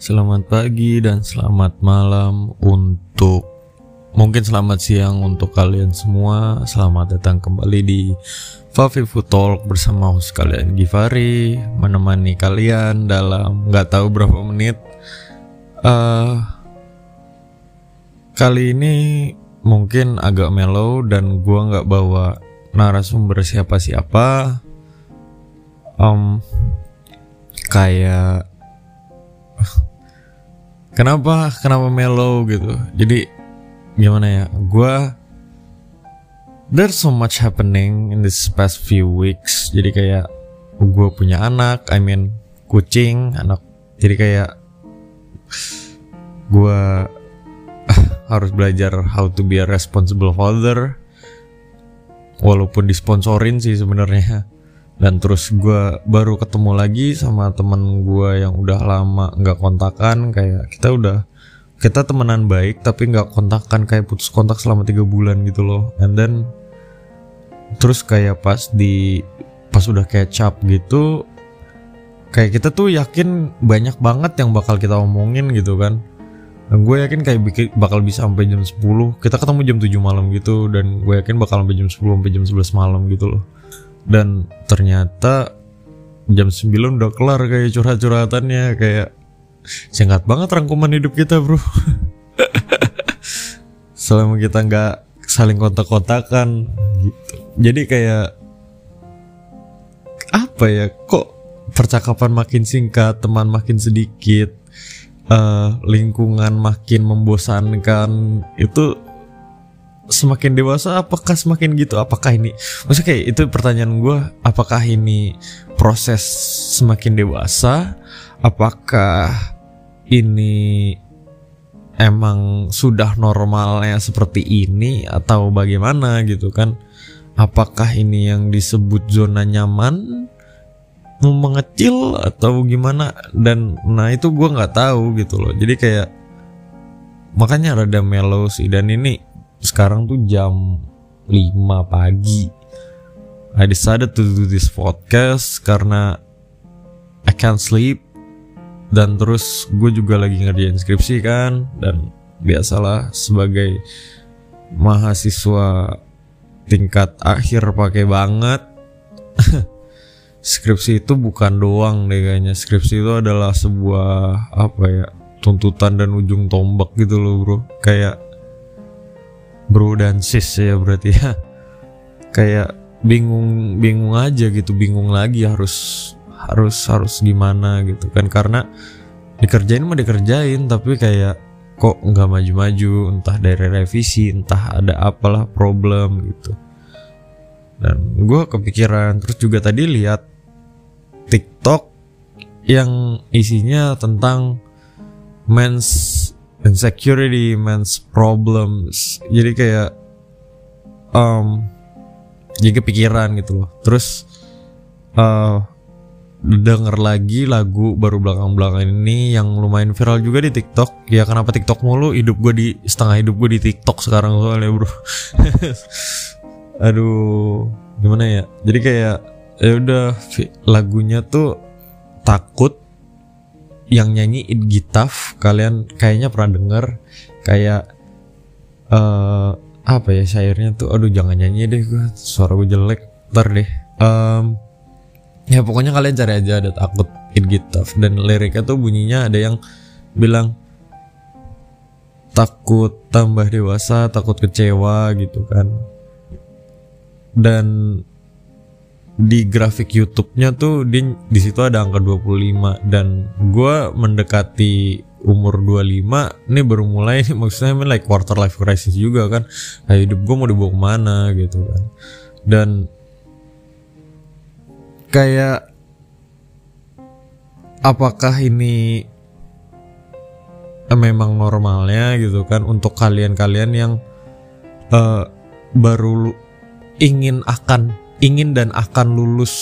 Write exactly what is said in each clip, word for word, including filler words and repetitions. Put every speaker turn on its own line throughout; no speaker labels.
Selamat pagi dan selamat malam untuk mungkin selamat siang untuk kalian semua. Selamat datang kembali di Fafifu Talk bersama host kalian Givari, menemani kalian dalam nggak tahu berapa menit. Uh, kali ini mungkin agak mellow dan gua nggak bawa narasumber siapa-siapa. Um, kayak Kenapa kenapa mellow gitu. Jadi gimana ya? Gua there's so much happening in this past few weeks. Jadi kayak gue punya anak, I mean kucing, anak. Jadi kayak gue uh, harus belajar how to be a responsible father. Walaupun disponsorin sih sebenarnya. Dan terus gue baru ketemu lagi sama temen gue yang udah lama gak kontakan. Kayak kita udah Kita temenan baik tapi gak kontakan, kayak putus kontak selama tiga bulan gitu loh. And then terus kayak pas di Pas udah catch up gitu, kayak kita tuh yakin banyak banget yang bakal kita omongin gitu kan. Dan gue yakin kayak bakal bisa sampai jam sepuluh. Kita ketemu jam tujuh malam gitu. Dan gue yakin bakal sampai jam sepuluh sampai jam sebelas malam gitu loh. Dan ternyata jam sembilan udah kelar kayak curhat-curhatannya. Kayak singkat banget rangkuman hidup kita bro. Selama kita gak saling kontak-kontakan gitu. Jadi kayak apa ya, kok percakapan makin singkat, teman makin sedikit, uh, lingkungan makin membosankan. Itu semakin dewasa apakah semakin gitu? Apakah ini, maksudnya kayak itu pertanyaan gue, apakah ini proses semakin dewasa? Apakah ini emang sudah normalnya seperti ini atau bagaimana gitu kan? Apakah ini yang disebut zona nyaman mengecil atau gimana? Dan nah itu gue nggak tahu gitu loh. Jadi kayak makanya rada mellow sih. Dan ini sekarang tuh jam lima pagi. I decided to do this podcast karena I can't sleep. Dan terus gue juga lagi ngerjain skripsi kan. Dan biasalah sebagai mahasiswa tingkat akhir pakai banget. Skripsi itu bukan doang deh kayaknya. Skripsi itu adalah sebuah apa ya, tuntutan dan ujung tombak gitu loh bro. Kayak bro dan sis ya berarti ya. Kayak bingung bingung aja gitu, bingung lagi harus harus harus gimana gitu kan. Karena dikerjain mah dikerjain tapi kayak kok nggak maju-maju, entah dari revisi, entah ada apalah problem gitu. Dan gue kepikiran, terus juga tadi lihat TikTok yang isinya tentang men's insecurity, men's problems. Jadi kayak um, jadi kepikiran gitu loh. Terus uh, denger lagi lagu baru belakang-belakang ini yang lumayan viral juga di TikTok. Ya kenapa TikTok mulu? Hidup gue di setengah hidup gue di TikTok sekarang soalnya bro. Aduh, gimana ya? Jadi kayak ya udah, lagunya tuh Takut, yang nyanyi It Gitaf. Kalian kayaknya pernah denger. Kayak uh, apa ya syairnya tuh? Aduh jangan nyanyi deh gue, suara gue jelek. Ntar deh. Um, Ya pokoknya kalian cari aja, ada Takut It Gitaf. Dan liriknya tuh bunyinya ada yang bilang takut tambah dewasa, takut kecewa gitu kan. Dan di grafik YouTube-nya tuh di di situ ada angka dua puluh lima. Dan gue mendekati umur dua puluh lima. Ini baru mulai nih, maksudnya like quarter life crisis juga kan. Nah, hidup gue mau dibawa kemana gitu kan. Dan kayak apakah ini memang normalnya gitu kan untuk kalian-kalian yang uh, baru ingin akan ingin dan akan lulus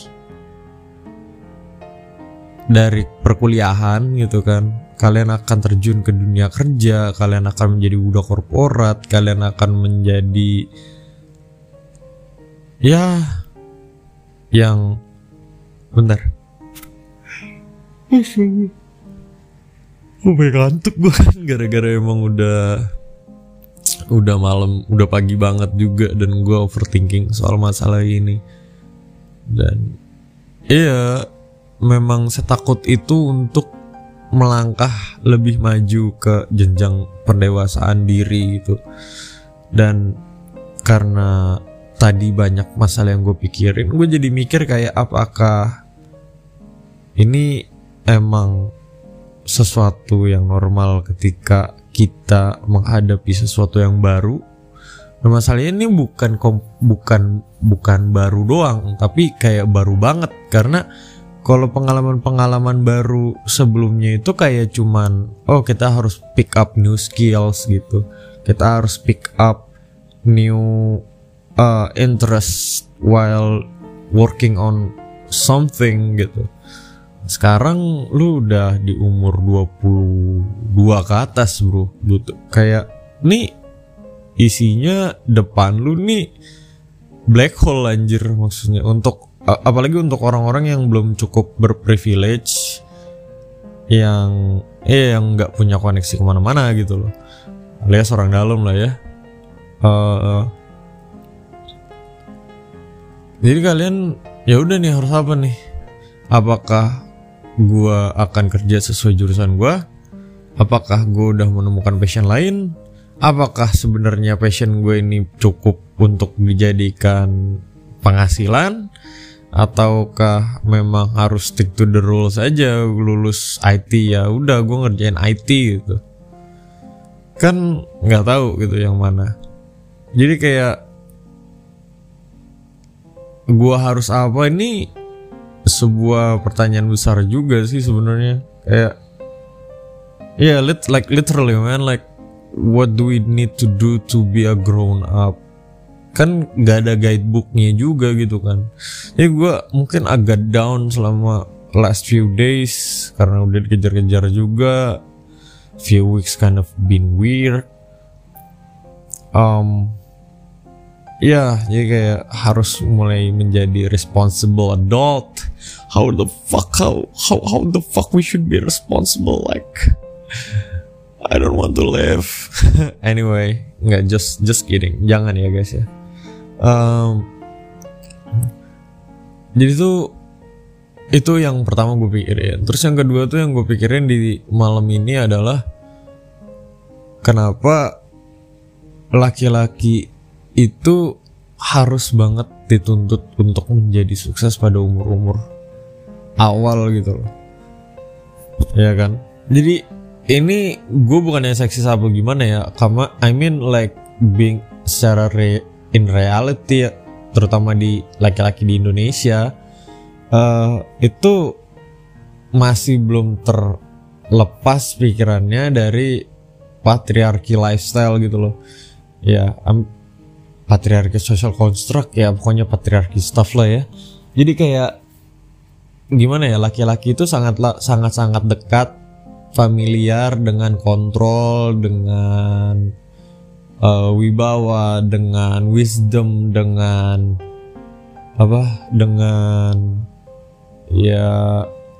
dari perkuliahan gitu kan. Kalian akan terjun ke dunia kerja, kalian akan menjadi budak korporat, kalian akan menjadi ya yang bentar Gue ngantuk gue kan gara-gara emang udah udah malam, udah pagi banget juga, dan gue overthinking soal masalah ini. Dan iya, memang setakut itu untuk melangkah lebih maju ke jenjang pendewasaan diri gitu. Dan karena tadi banyak masalah yang gue pikirin, gue jadi mikir kayak apakah ini emang sesuatu yang normal ketika kita menghadapi sesuatu yang baru. Nah, masalahnya ini bukan bukan bukan baru doang, tapi kayak baru banget. Karena kalau pengalaman-pengalaman baru sebelumnya itu kayak cuman oh kita harus pick up new skills gitu, kita harus pick up new uh, interest while working on something gitu. Sekarang lu udah di umur dua puluh dua ke atas bro, gitu. Kayak nih isinya depan lu nih black hole anjir, maksudnya untuk apalagi untuk orang-orang yang belum cukup berprivilege, yang eh yang nggak punya koneksi kemana-mana gitu loh, alias orang dalam lah ya. Uh, jadi kalian ya udah nih harus apa nih? Apakah gue akan kerja sesuai jurusan gue? Apakah gue udah menemukan passion lain? Apakah sebenarnya passion gue ini cukup untuk dijadikan penghasilan? Ataukah memang harus stick to the rules aja, lulus I T ya udah gue ngerjain I T gitu? Kan nggak tahu gitu yang mana. Jadi kayak gue harus apa, ini sebuah pertanyaan besar juga sih sebenarnya. Kayak yeah, lit, like literally man, like what do we need to do to be a grown up? Kan gak ada guidebooknya juga gitu kan. Jadi gue mungkin agak down selama last few days karena udah dikejar-kejar juga. Few weeks kind of been weird. Um Ya, yeah, jadi kayak harus mulai menjadi responsible adult. How the fuck, how, how, how the fuck we should be responsible? Like, I don't want to live. Anyway, nggak, just, just kidding. Jangan ya guys ya. Um, jadi tuh itu yang pertama gue pikirin. Terus yang kedua tuh yang gue pikirin di malam ini adalah kenapa laki-laki itu harus banget dituntut untuk menjadi sukses pada umur-umur awal gitu loh. Ya kan? Jadi ini gue bukannya seksis apa gimana ya, karena I mean like being secara re, in reality ya, terutama di laki-laki di Indonesia uh, itu masih belum terlepas pikirannya dari patriarki lifestyle gitu loh. Ya, um, patriarki social construct ya, pokoknya patriarki stuff lah ya. Jadi kayak gimana ya, laki-laki itu sangat sangat sangat dekat, familiar dengan kontrol, dengan uh, wibawa, dengan wisdom, dengan apa, dengan ya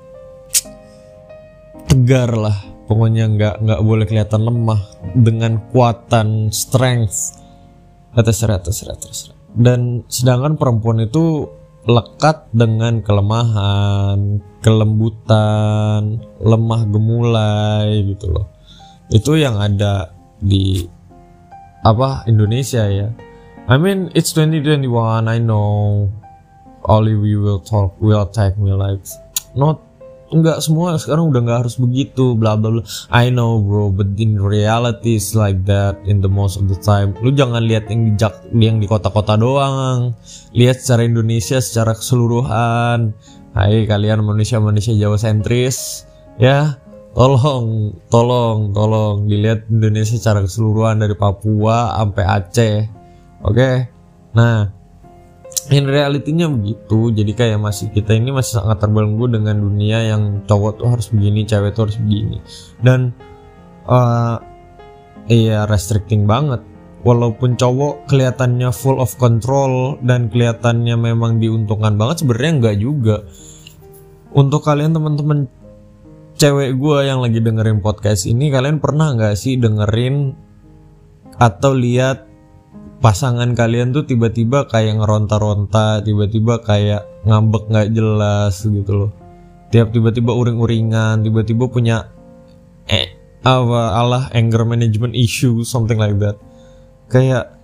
tegar lah, pokoknya nggak nggak boleh kelihatan lemah, dengan kuatan, strength, terserah, terserah, terserah. Dan sedangkan perempuan itu lekat dengan kelemahan, kelembutan, lemah gemulai gitu loh. Itu yang ada di apa Indonesia ya. I mean it's twenty twenty-one, I know all of you will talk, will attack me like not, enggak, semua sekarang udah nggak harus begitu, bla bla bla. I know bro, but in reality it's like that in the most of the time. Lu jangan lihat yang di yang di kota-kota doang, lihat secara Indonesia secara keseluruhan. Hai kalian manusia-manusia Jawa sentris ya, tolong tolong tolong dilihat Indonesia secara keseluruhan dari Papua sampai Aceh. Oke, okay? Nah in realitinya begitu. Jadi kayak masih, kita ini masih sangat terbelenggu dengan dunia yang cowok tuh harus begini, cewek tuh harus begini. Dan uh, iya restricting banget. Walaupun cowok kelihatannya full of control dan kelihatannya memang diuntungkan banget, sebenarnya enggak juga. Untuk kalian teman-teman cewek gue yang lagi dengerin podcast ini, kalian pernah nggak sih dengerin atau lihat pasangan kalian tuh tiba-tiba kayak ngeronta-ronta, tiba-tiba kayak ngambek nggak jelas gitu loh, tiap tiba-tiba uring-uringan, tiba-tiba punya eh apa alah anger management issue, something like that, kayak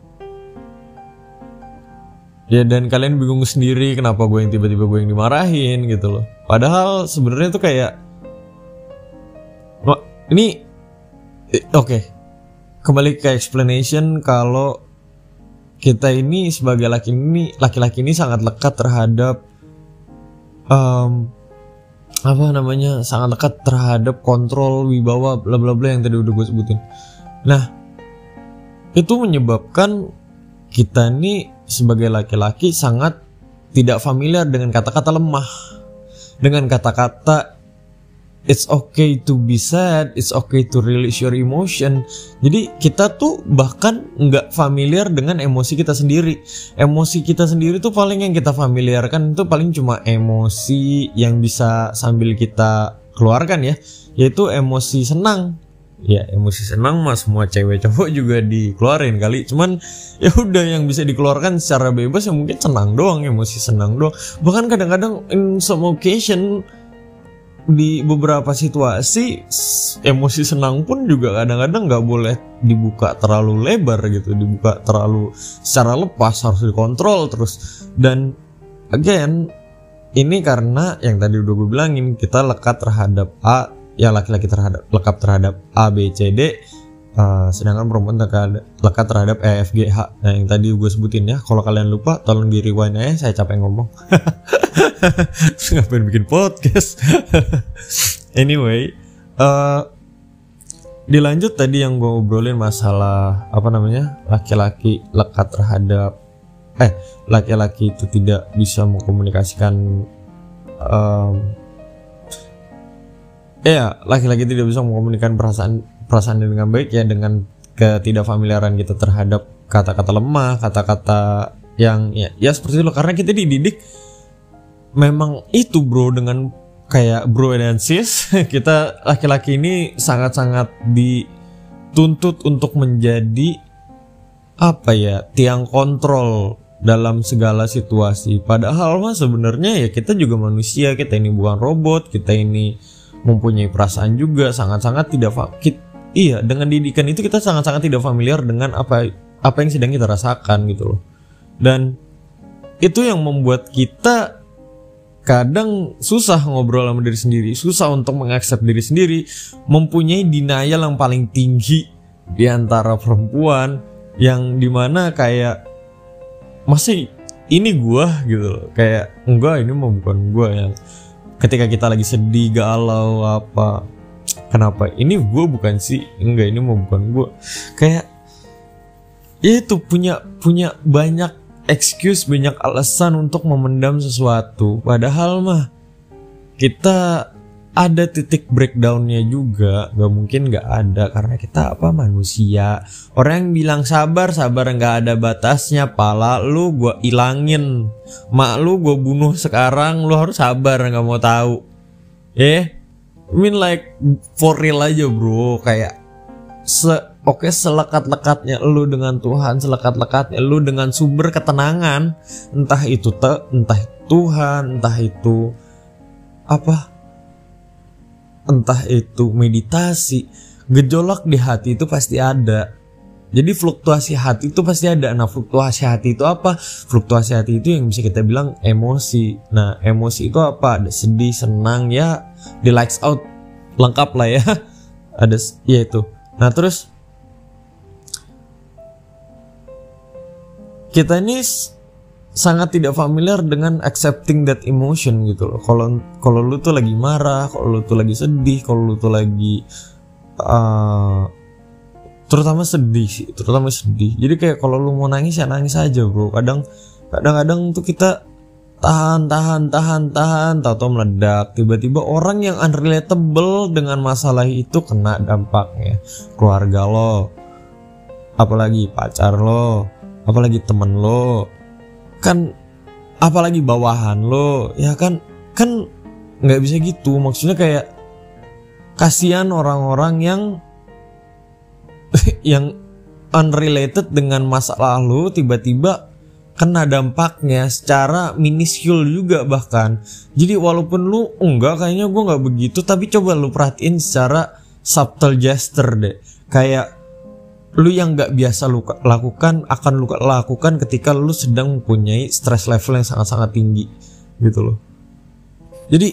ya, dan kalian bingung sendiri kenapa gue yang tiba-tiba gue yang dimarahin gitu loh. Padahal sebenarnya tuh kayak ini oke okay. Kembali ke explanation, kalau kita ini sebagai laki ini laki-laki ini sangat lekat terhadap um, apa namanya sangat lekat terhadap kontrol, wibawa, bla bla bla yang tadi udah gue sebutin. Nah, itu menyebabkan kita ini sebagai laki-laki sangat tidak familiar dengan kata-kata lemah, dengan kata-kata it's okay to be sad, it's okay to release your emotion. Jadi kita tuh bahkan nggak familiar dengan emosi kita sendiri. Emosi kita sendiri tuh paling yang kita familiarkan itu paling cuma emosi yang bisa sambil kita keluarkan ya, yaitu emosi senang. Ya emosi senang mah semua cewek cowok juga dikeluarin kali. Cuman ya udah yang bisa dikeluarkan secara bebas ya mungkin senang doang, emosi senang doang. Bahkan kadang-kadang in some occasion, di beberapa situasi emosi senang pun juga kadang-kadang nggak boleh dibuka terlalu lebar gitu, dibuka terlalu secara lepas, harus dikontrol terus. Dan again, ini karena yang tadi udah gue bilangin, kita lekat terhadap A, ya laki-laki terhadap lekat terhadap A, B, C, D, uh, sedangkan perempuan lekat terhadap E, F, G, H. Nah yang tadi gue sebutin ya, kalau kalian lupa tolong di rewind aja, saya capek ngomong. Terus ngapain bikin podcast. Anyway, uh, dilanjut tadi yang gue obrolin masalah apa namanya laki-laki lekat terhadap eh laki-laki itu tidak bisa mengkomunikasikan um, ya laki-laki tidak bisa mengkomunikasikan perasaan perasaan dengan baik ya, dengan ketidakfamiliaran kita terhadap kata-kata lemah, kata-kata yang ya, ya seperti itu, karena kita dididik memang itu bro, dengan kayak bro dan sis. Kita laki-laki ini sangat-sangat dituntut untuk menjadi apa ya, tiang kontrol dalam segala situasi. Padahal mah sebenarnya ya kita juga manusia, kita ini bukan robot, kita ini mempunyai perasaan juga, sangat-sangat tidak fakit. Iya, dengan didikan itu kita sangat-sangat tidak familiar dengan apa apa yang sedang kita rasakan gitu loh. Dan itu yang membuat kita kadang susah ngobrol sama diri sendiri, susah untuk mengaccept diri sendiri, mempunyai denial yang paling tinggi di antara perempuan, yang dimana kayak masih ini gua gitu loh, kayak enggak ini mah bukan gua. Yang ketika kita lagi sedih, galau apa, kenapa ini gua bukan sih, enggak ini mah bukan gua, kayak ya itu punya punya banyak excuse, banyak alasan untuk memendam sesuatu. Padahal mah kita ada titik breakdownnya juga, gak mungkin gak ada, karena kita apa, manusia. Orang yang bilang sabar, sabar gak ada batasnya. Pala lu gua ilangin, mak lu gua bunuh sekarang, lu harus sabar, gak mau tahu. Eh, I mean like for real aja bro, kayak se Oke, selekat-lekatnya lu dengan Tuhan, selekat-lekatnya lu dengan sumber ketenangan, entah itu te, entah Tuhan, entah itu apa, entah itu meditasi, gejolak di hati itu pasti ada. Jadi fluktuasi hati itu pasti ada. Nah, fluktuasi hati itu apa? Fluktuasi hati itu yang bisa kita bilang emosi. Nah, emosi itu apa? Ada sedih, senang, ya di lights out, lengkap lah ya. Ada ya itu. Nah, terus kita ini sangat tidak familiar dengan accepting that emotion gitu loh. Kalau kalau lu tuh lagi marah, kalau lu tuh lagi sedih, kalau lu tuh lagi uh, terutama sedih sih, terutama sedih. Jadi kayak kalau lu mau nangis ya nangis aja bro. Kadang kadang-kadang tuh kita tahan tahan tahan tahan, tahu-tahu meledak. Tiba-tiba orang yang unrelatable dengan masalah itu kena dampaknya. Keluarga lo, apalagi pacar lo, apalagi temen lo, kan apalagi bawahan lo, ya kan kan nggak bisa gitu. Maksudnya kayak kasihan orang-orang yang yang unrelated dengan masa lalu tiba-tiba kena dampaknya secara miniskul juga bahkan. Jadi walaupun lu enggak, kayaknya gue nggak begitu, tapi coba lu perhatiin secara subtle gesture deh. Kayak lu yang nggak biasa lu lakukan akan lu lakukan ketika lu sedang mempunyai stress level yang sangat-sangat tinggi gitu loh. Jadi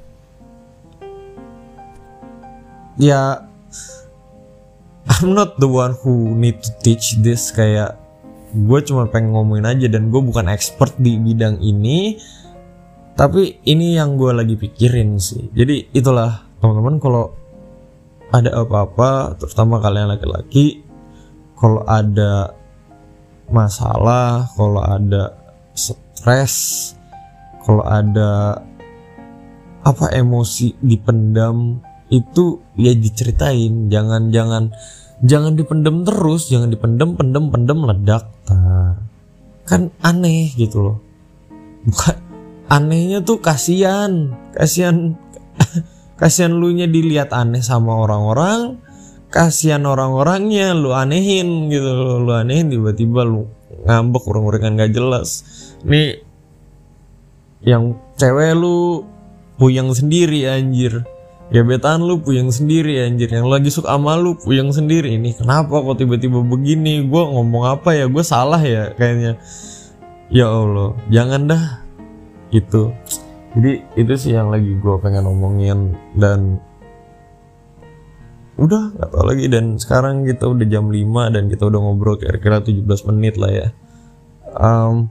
ya I'm not the one who need to teach this, kayak gue cuma pengen ngomongin aja dan gue bukan expert di bidang ini, tapi ini yang gue lagi pikirin sih. Jadi itulah teman-teman, kalau ada apa-apa, terutama kalian laki-laki, kalau ada masalah, kalau ada stres, kalau ada apa emosi dipendam, itu ya diceritain, jangan jangan jangan dipendam terus, jangan dipendam pendem pendem ledak, tar. Kan aneh gitu loh. Bukan anehnya tuh kasihan, kasihan kasihan lu nya dilihat aneh sama orang-orang, kasihan orang-orangnya lu anehin gitu loh, lu anehin tiba-tiba lu ngambek urung-uringan gak jelas. Nih yang cewek lu puyeng sendiri anjir, gebetan lu puyeng sendiri anjir, yang lagi suka sama lu puyeng sendiri. Ini kenapa kok tiba-tiba begini, gue ngomong apa ya, gue salah ya kayaknya. Ya Allah, jangan dah gitu. Jadi itu sih yang lagi gue pengen ngomongin, dan udah gak tau lagi. Dan sekarang kita udah jam lima dan kita udah ngobrol kira-kira tujuh belas menit lah ya. um,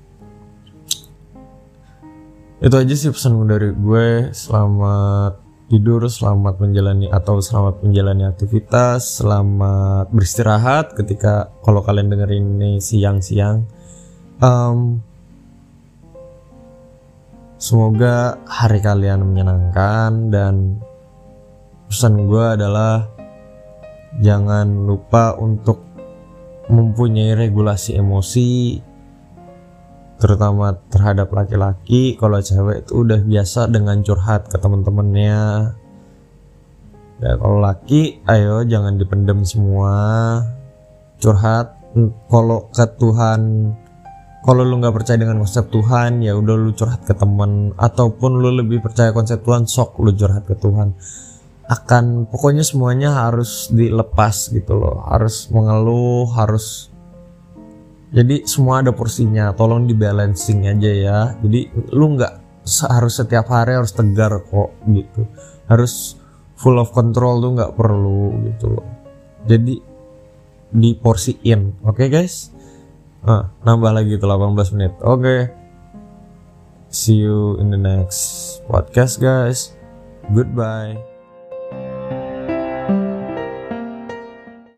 Itu aja sih pesan dari gue. Selamat tidur, selamat menjalani atau selamat menjalani aktivitas, selamat beristirahat ketika kalau kalian dengerin ini siang-siang. Um, semoga hari kalian menyenangkan, dan pesan gue adalah jangan lupa untuk mempunyai regulasi emosi, terutama terhadap laki-laki. Kalau cewek itu udah biasa dengan curhat ke teman-temannya. Dan kalau laki, ayo jangan dipendem semua, curhat. Kalau ke Tuhan, kalau lu nggak percaya dengan konsep Tuhan, ya udah lu curhat ke teman. Ataupun lu lebih percaya konsep Tuhan, sok lu curhat ke Tuhan. Akan pokoknya semuanya harus dilepas gitu loh, harus mengeluh, harus. Jadi semua ada porsinya, tolong di balancing aja ya. Jadi lu nggak harus setiap hari harus tegar kok gitu, harus full of control tuh nggak perlu gitu loh. Jadi diporsiin, oke okay, guys? Ah, nambah lagi tuh delapan belas menit. Oke, okay. See you in the next podcast guys. Goodbye.